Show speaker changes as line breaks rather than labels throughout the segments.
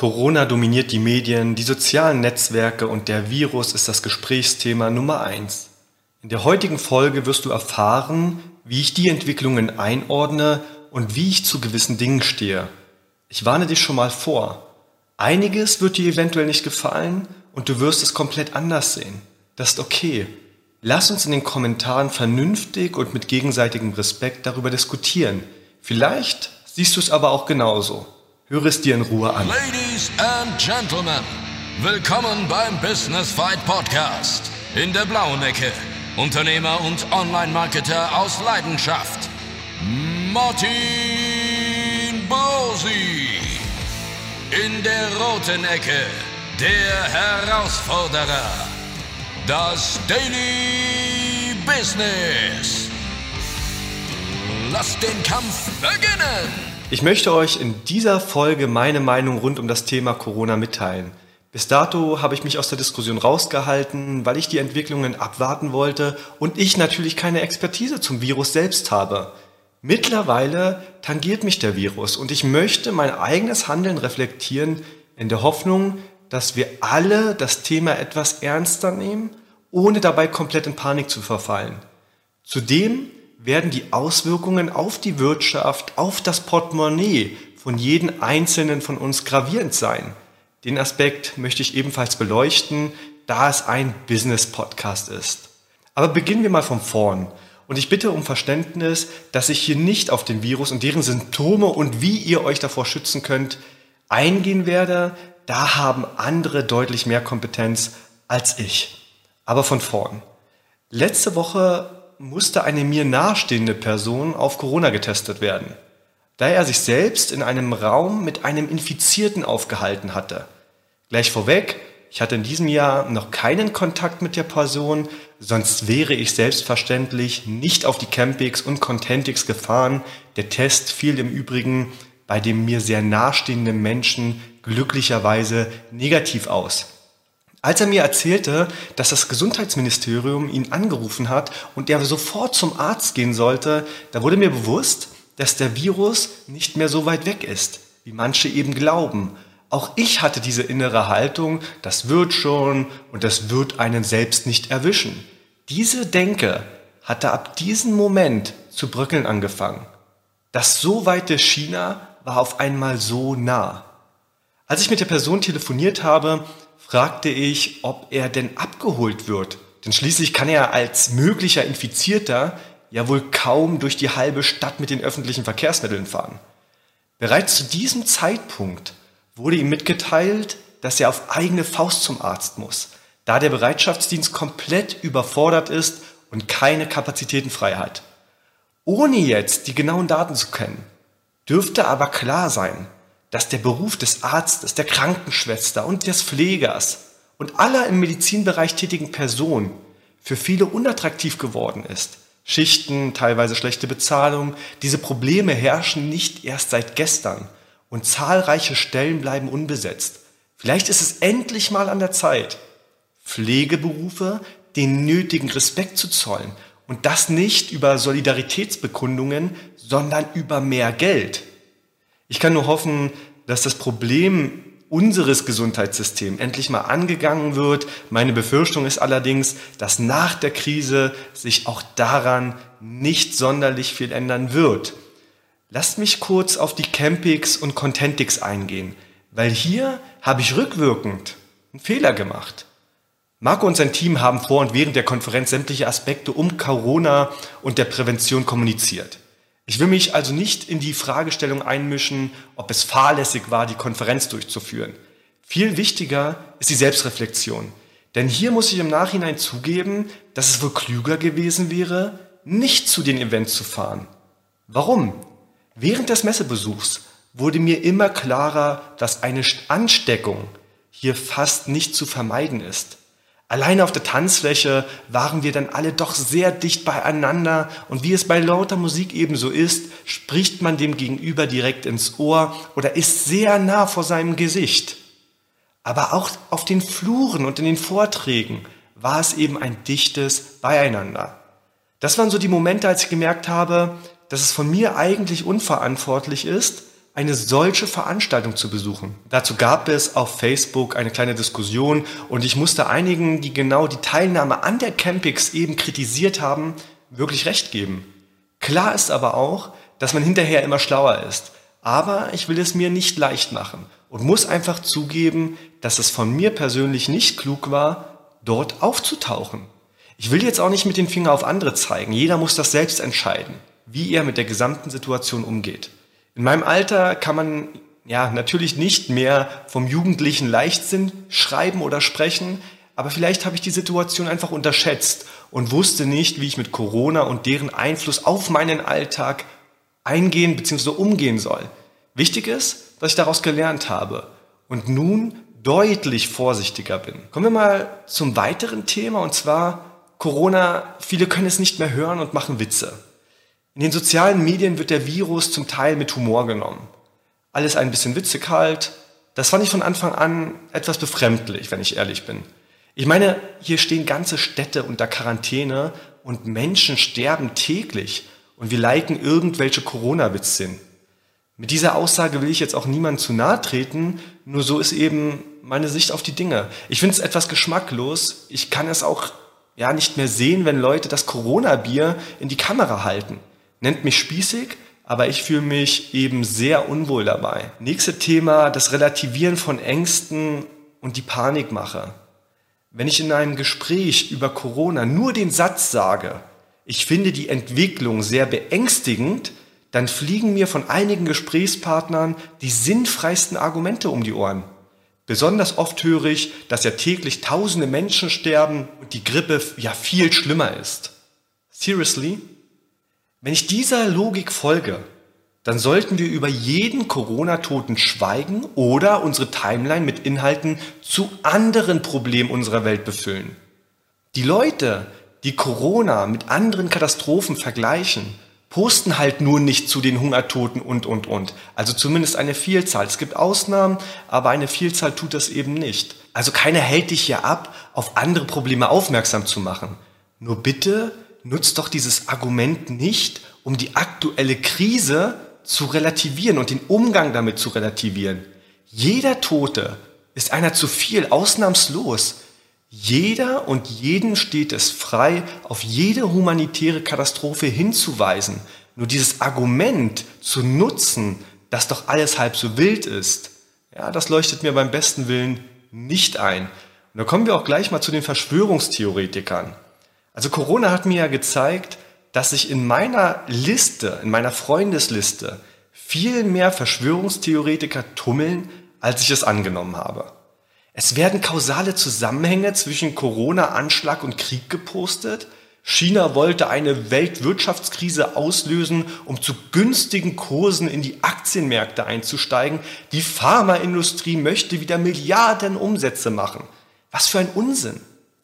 Corona dominiert die Medien, die sozialen Netzwerke und der Virus ist das Gesprächsthema Nummer 1. In der heutigen Folge wirst du erfahren, wie ich die Entwicklungen einordne und wie ich zu gewissen Dingen stehe. Ich warne dich schon mal vor. Einiges wird dir eventuell nicht gefallen und du wirst es komplett anders sehen. Das ist okay. Lass uns in den Kommentaren vernünftig und mit gegenseitigem Respekt darüber diskutieren. Vielleicht siehst du es aber auch genauso. Höre es dir in Ruhe an.
Ladies and Gentlemen, willkommen beim Business Fight Podcast. In der blauen Ecke, Unternehmer und Online-Marketer aus Leidenschaft, Martin Bosi. In der roten Ecke, der Herausforderer, das Daily Business. Lasst den Kampf beginnen!
Ich möchte euch in dieser Folge meine Meinung rund um das Thema Corona mitteilen. Bis dato habe ich mich aus der Diskussion rausgehalten, weil ich die Entwicklungen abwarten wollte und ich natürlich keine Expertise zum Virus selbst habe. Mittlerweile tangiert mich der Virus und ich möchte mein eigenes Handeln reflektieren in der Hoffnung, dass wir alle das Thema etwas ernster nehmen, ohne dabei komplett in Panik zu verfallen. Zudem werden die Auswirkungen auf die Wirtschaft, auf das Portemonnaie von jedem Einzelnen von uns gravierend sein. Den Aspekt möchte ich ebenfalls beleuchten, da es ein Business-Podcast ist. Aber beginnen wir mal von vorn. Und ich bitte um Verständnis, dass ich hier nicht auf den Virus und deren Symptome und wie ihr euch davor schützen könnt, eingehen werde. Da haben andere deutlich mehr Kompetenz als ich. Aber von vorn. Letzte Woche musste eine mir nahestehende Person auf Corona getestet werden, da er sich selbst in einem Raum mit einem Infizierten aufgehalten hatte. Gleich vorweg, ich hatte in diesem Jahr noch keinen Kontakt mit der Person, sonst wäre ich selbstverständlich nicht auf die Campix und Contentix gefahren. Der Test fiel im Übrigen bei dem mir sehr nahestehenden Menschen glücklicherweise negativ aus. Als er mir erzählte, dass das Gesundheitsministerium ihn angerufen hat und er sofort zum Arzt gehen sollte, da wurde mir bewusst, dass der Virus nicht mehr so weit weg ist, wie manche eben glauben. Auch ich hatte diese innere Haltung, das wird schon und das wird einen selbst nicht erwischen. Diese Denke hatte ab diesem Moment zu bröckeln angefangen. Das so weite China war auf einmal so nah. Als ich mit der Person telefoniert habe, fragte ich, ob er denn abgeholt wird. Denn schließlich kann er als möglicher Infizierter ja wohl kaum durch die halbe Stadt mit den öffentlichen Verkehrsmitteln fahren. Bereits zu diesem Zeitpunkt wurde ihm mitgeteilt, dass er auf eigene Faust zum Arzt muss, da der Bereitschaftsdienst komplett überfordert ist und keine Kapazitäten frei hat. Ohne jetzt die genauen Daten zu kennen, dürfte aber klar sein, dass der Beruf des Arztes, der Krankenschwester und des Pflegers und aller im Medizinbereich tätigen Personen für viele unattraktiv geworden ist. Schichten, teilweise schlechte Bezahlung, diese Probleme herrschen nicht erst seit gestern und zahlreiche Stellen bleiben unbesetzt. Vielleicht ist es endlich mal an der Zeit, Pflegeberufe den nötigen Respekt zu zollen und das nicht über Solidaritätsbekundungen, sondern über mehr Geld. Ich kann nur hoffen, dass das Problem unseres Gesundheitssystems endlich mal angegangen wird. Meine Befürchtung ist allerdings, dass nach der Krise sich auch daran nicht sonderlich viel ändern wird. Lasst mich kurz auf die Campix und Contentix eingehen, weil hier habe ich rückwirkend einen Fehler gemacht. Marco und sein Team haben vor und während der Konferenz sämtliche Aspekte um Corona und der Prävention kommuniziert. Ich will mich also nicht in die Fragestellung einmischen, ob es fahrlässig war, die Konferenz durchzuführen. Viel wichtiger ist die Selbstreflexion. Denn hier muss ich im Nachhinein zugeben, dass es wohl klüger gewesen wäre, nicht zu den Events zu fahren. Warum? Während des Messebesuchs wurde mir immer klarer, dass eine Ansteckung hier fast nicht zu vermeiden ist. Alleine auf der Tanzfläche waren wir dann alle doch sehr dicht beieinander und wie es bei lauter Musik ebenso ist, spricht man dem Gegenüber direkt ins Ohr oder ist sehr nah vor seinem Gesicht. Aber auch auf den Fluren und in den Vorträgen war es eben ein dichtes Beieinander. Das waren so die Momente, als ich gemerkt habe, dass es von mir eigentlich unverantwortlich ist, eine solche Veranstaltung zu besuchen? Dazu gab es auf Facebook eine kleine Diskussion und ich musste einigen, die genau die Teilnahme an der Campix eben kritisiert haben, wirklich recht geben. Klar ist aber auch, dass man hinterher immer schlauer ist. Aber ich will es mir nicht leicht machen und muss einfach zugeben, dass es von mir persönlich nicht klug war, dort aufzutauchen. Ich will jetzt auch nicht mit dem Finger auf andere zeigen. Jeder muss das selbst entscheiden, wie er mit der gesamten Situation umgeht. In meinem Alter kann man natürlich nicht mehr vom jugendlichen Leichtsinn schreiben oder sprechen, aber vielleicht habe ich die Situation einfach unterschätzt und wusste nicht, wie ich mit Corona und deren Einfluss auf meinen Alltag eingehen bzw. umgehen soll. Wichtig ist, dass ich daraus gelernt habe und nun deutlich vorsichtiger bin. Kommen wir mal zum weiteren Thema, und zwar Corona. Viele können es nicht mehr hören und machen Witze. In den sozialen Medien wird der Virus zum Teil mit Humor genommen. Alles ein bisschen witzig halt. Das fand ich von Anfang an etwas befremdlich, wenn ich ehrlich bin. Ich meine, hier stehen ganze Städte unter Quarantäne und Menschen sterben täglich und wir liken irgendwelche Corona-Witze hin. Mit dieser Aussage will ich jetzt auch niemandem zu nahe treten, nur so ist eben meine Sicht auf die Dinge. Ich finde es etwas geschmacklos. Ich kann es auch nicht mehr sehen, wenn Leute das Corona-Bier in die Kamera halten. Nennt mich spießig, aber ich fühle mich eben sehr unwohl dabei. Nächstes Thema, das Relativieren von Ängsten und die Panikmache. Wenn ich in einem Gespräch über Corona nur den Satz sage, ich finde die Entwicklung sehr beängstigend, dann fliegen mir von einigen Gesprächspartnern die sinnfreisten Argumente um die Ohren. Besonders oft höre ich, dass ja täglich tausende Menschen sterben und die Grippe viel schlimmer ist. Seriously? Wenn ich dieser Logik folge, dann sollten wir über jeden Corona-Toten schweigen oder unsere Timeline mit Inhalten zu anderen Problemen unserer Welt befüllen. Die Leute, die Corona mit anderen Katastrophen vergleichen, posten halt nur nicht zu den Hungertoten und. Also zumindest eine Vielzahl. Es gibt Ausnahmen, aber eine Vielzahl tut das eben nicht. Also keiner hält dich hier ab, auf andere Probleme aufmerksam zu machen. Nur bitte nutzt doch dieses Argument nicht, um die aktuelle Krise zu relativieren und den Umgang damit zu relativieren. Jeder Tote ist einer zu viel, ausnahmslos. Jeder und jedem steht es frei, auf jede humanitäre Katastrophe hinzuweisen. Nur dieses Argument zu nutzen, dass doch alles halb so wild ist, das leuchtet mir beim besten Willen nicht ein. Und da kommen wir auch gleich mal zu den Verschwörungstheoretikern. Also Corona hat mir ja gezeigt, dass sich in meiner Liste, in meiner Freundesliste, viel mehr Verschwörungstheoretiker tummeln, als ich es angenommen habe. Es werden kausale Zusammenhänge zwischen Corona-Anschlag und Krieg gepostet. China wollte eine Weltwirtschaftskrise auslösen, um zu günstigen Kursen in die Aktienmärkte einzusteigen. Die Pharmaindustrie möchte wieder Milliarden Umsätze machen. Was für ein Unsinn.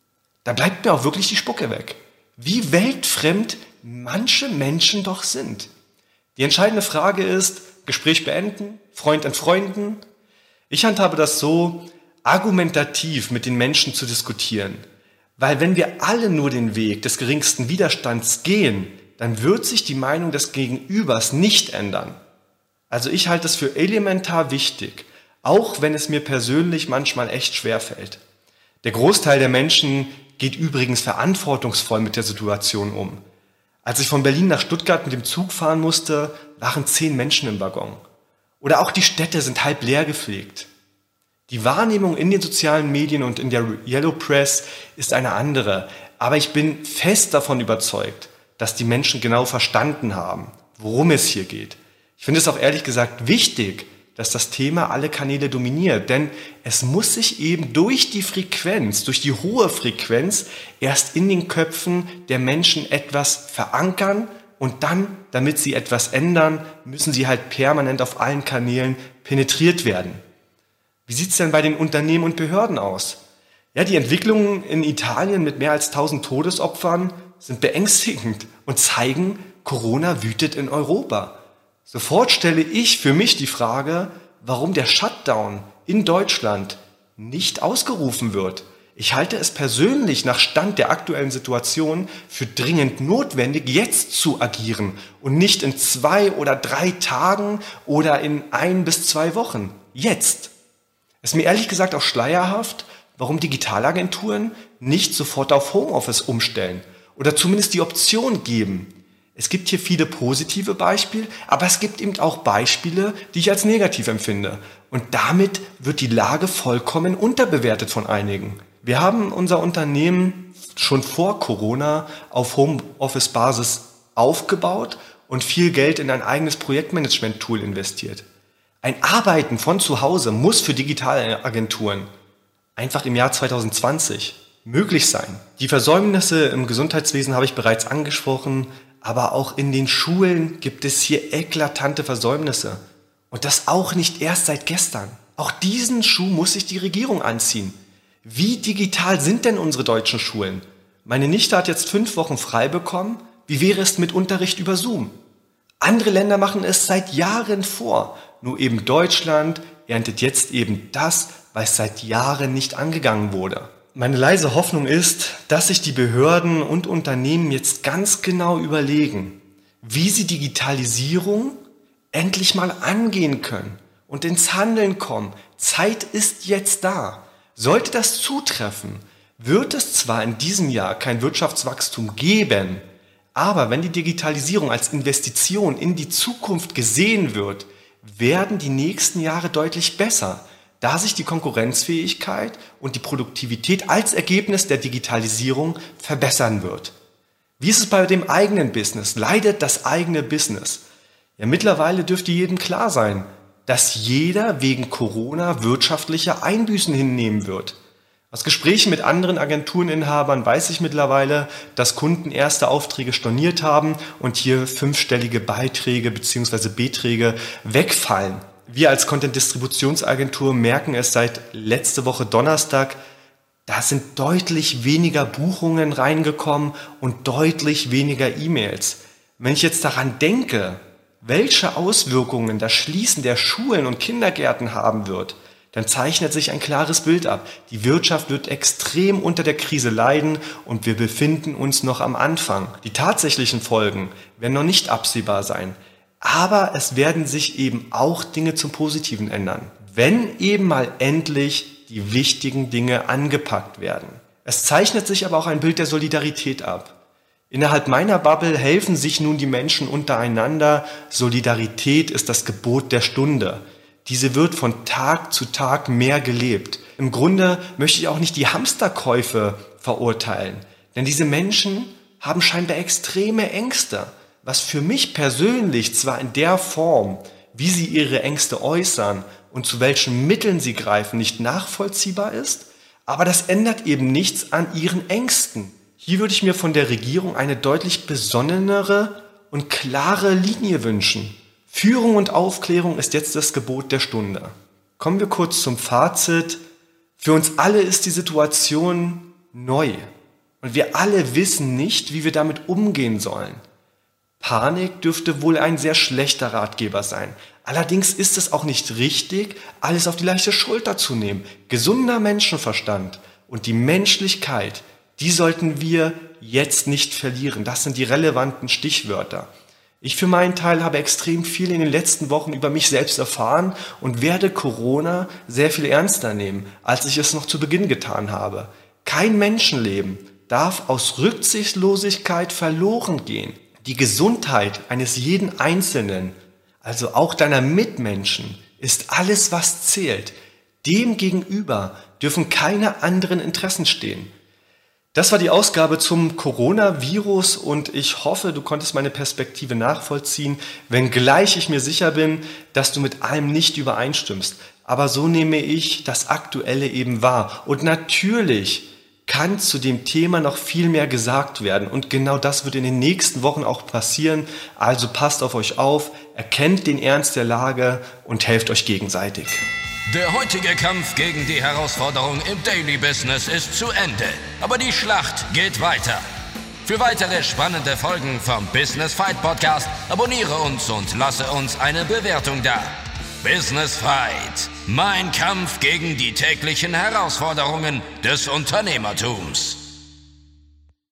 Da bleibt mir auch wirklich die Spucke weg. Wie weltfremd manche Menschen doch sind. Die entscheidende Frage ist, Gespräch beenden, Freund entfreunden. Ich handhabe das so, argumentativ mit den Menschen zu diskutieren. Weil wenn wir alle nur den Weg des geringsten Widerstands gehen, dann wird sich die Meinung des Gegenübers nicht ändern. Also ich halte es für elementar wichtig, auch wenn es mir persönlich manchmal echt schwer fällt. Der Großteil der Menschen geht übrigens verantwortungsvoll mit der Situation um. Als ich von Berlin nach Stuttgart mit dem Zug fahren musste, waren 10 Menschen im Waggon. Oder auch die Städte sind halb leer gefegt. Die Wahrnehmung in den sozialen Medien und in der Yellow Press ist eine andere. Aber ich bin fest davon überzeugt, dass die Menschen genau verstanden haben, worum es hier geht. Ich finde es auch ehrlich gesagt wichtig, dass das Thema alle Kanäle dominiert. Denn es muss sich eben durch die Frequenz, durch die hohe Frequenz erst in den Köpfen der Menschen etwas verankern. Und dann, damit sie etwas ändern, müssen sie halt permanent auf allen Kanälen penetriert werden. Wie sieht es denn bei den Unternehmen und Behörden aus? Ja, die Entwicklungen in Italien mit mehr als 1000 Todesopfern sind beängstigend und zeigen, Corona wütet in Europa. Sofort stelle ich für mich die Frage, warum der Shutdown in Deutschland nicht ausgerufen wird. Ich halte es persönlich nach Stand der aktuellen Situation für dringend notwendig, jetzt zu agieren und nicht in 2 oder 3 Tagen oder in 1 bis 2 Wochen. Jetzt. Es ist mir ehrlich gesagt auch schleierhaft, warum Digitalagenturen nicht sofort auf Homeoffice umstellen oder zumindest die Option geben. Es gibt hier viele positive Beispiele, aber es gibt eben auch Beispiele, die ich als negativ empfinde. Und damit wird die Lage vollkommen unterbewertet von einigen. Wir haben unser Unternehmen schon vor Corona auf Homeoffice-Basis aufgebaut und viel Geld in ein eigenes Projektmanagement-Tool investiert. Ein Arbeiten von zu Hause muss für Digitalagenturen einfach im Jahr 2020 möglich sein. Die Versäumnisse im Gesundheitswesen habe ich bereits angesprochen, aber auch in den Schulen gibt es hier eklatante Versäumnisse. Und das auch nicht erst seit gestern. Auch diesen Schuh muss sich die Regierung anziehen. Wie digital sind denn unsere deutschen Schulen? Meine Nichte hat jetzt 5 Wochen frei bekommen. Wie wäre es mit Unterricht über Zoom? Andere Länder machen es seit Jahren vor. Nur eben Deutschland erntet jetzt eben das, was seit Jahren nicht angegangen wurde. Meine leise Hoffnung ist, dass sich die Behörden und Unternehmen jetzt ganz genau überlegen, wie sie Digitalisierung endlich mal angehen können und ins Handeln kommen. Zeit ist jetzt da. Sollte das zutreffen, wird es zwar in diesem Jahr kein Wirtschaftswachstum geben, aber wenn die Digitalisierung als Investition in die Zukunft gesehen wird, werden die nächsten Jahre deutlich besser, da sich die Konkurrenzfähigkeit und die Produktivität als Ergebnis der Digitalisierung verbessern wird. Wie ist es bei dem eigenen Business? Leidet das eigene Business? Ja, mittlerweile dürfte jedem klar sein, dass jeder wegen Corona wirtschaftliche Einbüßen hinnehmen wird. Aus Gesprächen mit anderen Agentureninhabern weiß ich mittlerweile, dass Kunden erste Aufträge storniert haben und hier 5-stellige Beiträge bzw. Beträge wegfallen. Wir als Content-Distributionsagentur merken es seit letzte Woche Donnerstag, da sind deutlich weniger Buchungen reingekommen und deutlich weniger E-Mails. Wenn ich jetzt daran denke, welche Auswirkungen das Schließen der Schulen und Kindergärten haben wird, dann zeichnet sich ein klares Bild ab. Die Wirtschaft wird extrem unter der Krise leiden und wir befinden uns noch am Anfang. Die tatsächlichen Folgen werden noch nicht absehbar sein. Aber es werden sich eben auch Dinge zum Positiven ändern, wenn eben mal endlich die wichtigen Dinge angepackt werden. Es zeichnet sich aber auch ein Bild der Solidarität ab. Innerhalb meiner Bubble helfen sich nun die Menschen untereinander. Solidarität ist das Gebot der Stunde. Diese wird von Tag zu Tag mehr gelebt. Im Grunde möchte ich auch nicht die Hamsterkäufe verurteilen, denn diese Menschen haben scheinbar extreme Ängste. Was für mich persönlich zwar in der Form, wie sie ihre Ängste äußern und zu welchen Mitteln sie greifen, nicht nachvollziehbar ist, aber das ändert eben nichts an ihren Ängsten. Hier würde ich mir von der Regierung eine deutlich besonnenere und klare Linie wünschen. Führung und Aufklärung ist jetzt das Gebot der Stunde. Kommen wir kurz zum Fazit. Für uns alle ist die Situation neu und wir alle wissen nicht, wie wir damit umgehen sollen. Panik dürfte wohl ein sehr schlechter Ratgeber sein. Allerdings ist es auch nicht richtig, alles auf die leichte Schulter zu nehmen. Gesunder Menschenverstand und die Menschlichkeit, die sollten wir jetzt nicht verlieren. Das sind die relevanten Stichwörter. Ich für meinen Teil habe extrem viel in den letzten Wochen über mich selbst erfahren und werde Corona sehr viel ernster nehmen, als ich es noch zu Beginn getan habe. Kein Menschenleben darf aus Rücksichtslosigkeit verloren gehen. Die Gesundheit eines jeden Einzelnen, also auch deiner Mitmenschen, ist alles, was zählt. Demgegenüber dürfen keine anderen Interessen stehen. Das war die Ausgabe zum Coronavirus und ich hoffe, du konntest meine Perspektive nachvollziehen, wenngleich ich mir sicher bin, dass du mit allem nicht übereinstimmst. Aber so nehme ich das Aktuelle eben wahr. Und natürlich kann zu dem Thema noch viel mehr gesagt werden. Und genau das wird in den nächsten Wochen auch passieren. Also passt auf euch auf, erkennt den Ernst der Lage und helft euch gegenseitig.
Der heutige Kampf gegen die Herausforderung im Daily Business ist zu Ende. Aber die Schlacht geht weiter. Für weitere spannende Folgen vom Business Fight Podcast abonniere uns und lasse uns eine Bewertung da. Business Fight. Mein Kampf gegen die täglichen Herausforderungen des Unternehmertums.